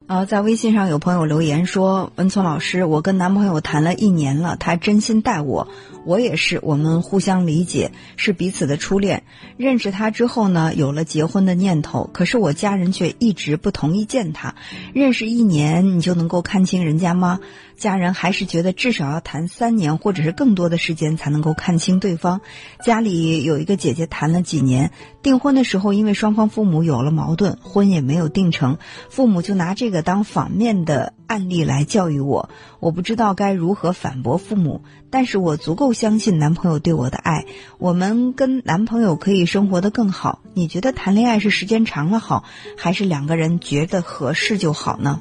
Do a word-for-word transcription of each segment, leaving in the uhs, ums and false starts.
呃，在微信上有朋友留言说，文聪老师，我跟男朋友谈了一年了，他真心待我，我也是，我们互相理解，是彼此的初恋。认识他之后呢，有了结婚的念头，可是我家人却一直不同意见他。认识一年你就能够看清人家吗？家人还是觉得至少要谈三年或者是更多的时间才能够看清对方。家里有一个姐姐谈了几年，订婚的时候因为双方父母有了矛盾，婚也没有订成，父母就拿这个当反面的案例来教育我。我不知道该如何反驳父母，但是我足够相信男朋友对我的爱，我们跟男朋友可以生活得更好。你觉得谈恋爱是时间长了好，还是两个人觉得合适就好呢？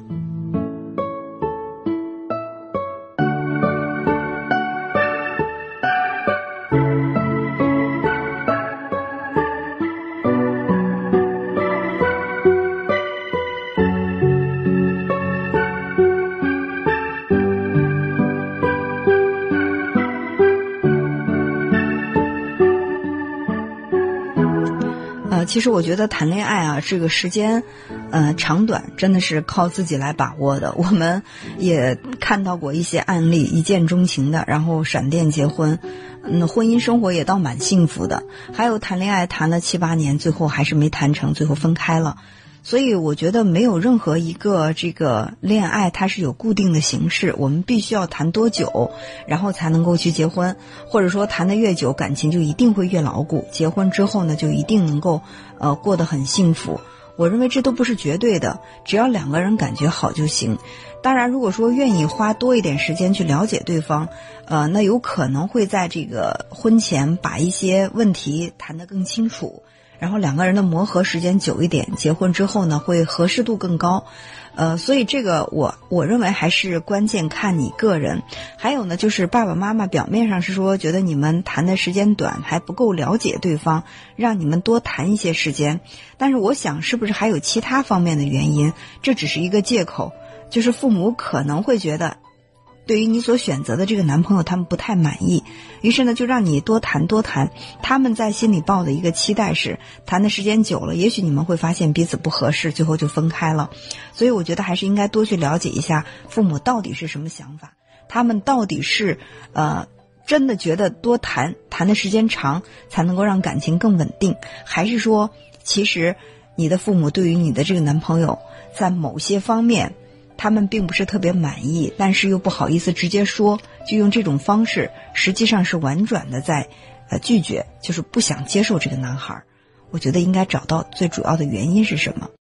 呃，其实我觉得谈恋爱啊，这个时间，呃，长短真的是靠自己来把握的。我们也看到过一些案例，一见钟情的，然后闪电结婚，嗯，婚姻生活也倒蛮幸福的。还有谈恋爱谈了七八年，最后还是没谈成，最后分开了。所以我觉得没有任何一个这个恋爱它是有固定的形式，我们必须要谈多久然后才能够去结婚，或者说谈得越久感情就一定会越牢固，结婚之后呢就一定能够呃过得很幸福。我认为这都不是绝对的，只要两个人感觉好就行。当然如果说愿意花多一点时间去了解对方，呃，那有可能会在这个婚前把一些问题谈得更清楚，然后两个人的磨合时间久一点，结婚之后呢会合适度更高。呃，所以这个我我认为还是关键看你个人。还有呢就是爸爸妈妈表面上是说觉得你们谈的时间短，还不够了解对方，让你们多谈一些时间，但是我想是不是还有其他方面的原因，这只是一个借口，就是父母可能会觉得对于你所选择的这个男朋友他们不太满意，于是呢就让你多谈多谈。他们在心里抱的一个期待是谈的时间久了，也许你们会发现彼此不合适，最后就分开了。所以我觉得还是应该多去了解一下父母到底是什么想法，他们到底是呃真的觉得多谈谈的时间长才能够让感情更稳定，还是说其实你的父母对于你的这个男朋友在某些方面他们并不是特别满意，但是又不好意思直接说，就用这种方式实际上是婉转的在呃拒绝，就是不想接受这个男孩。我觉得应该找到最主要的原因是什么。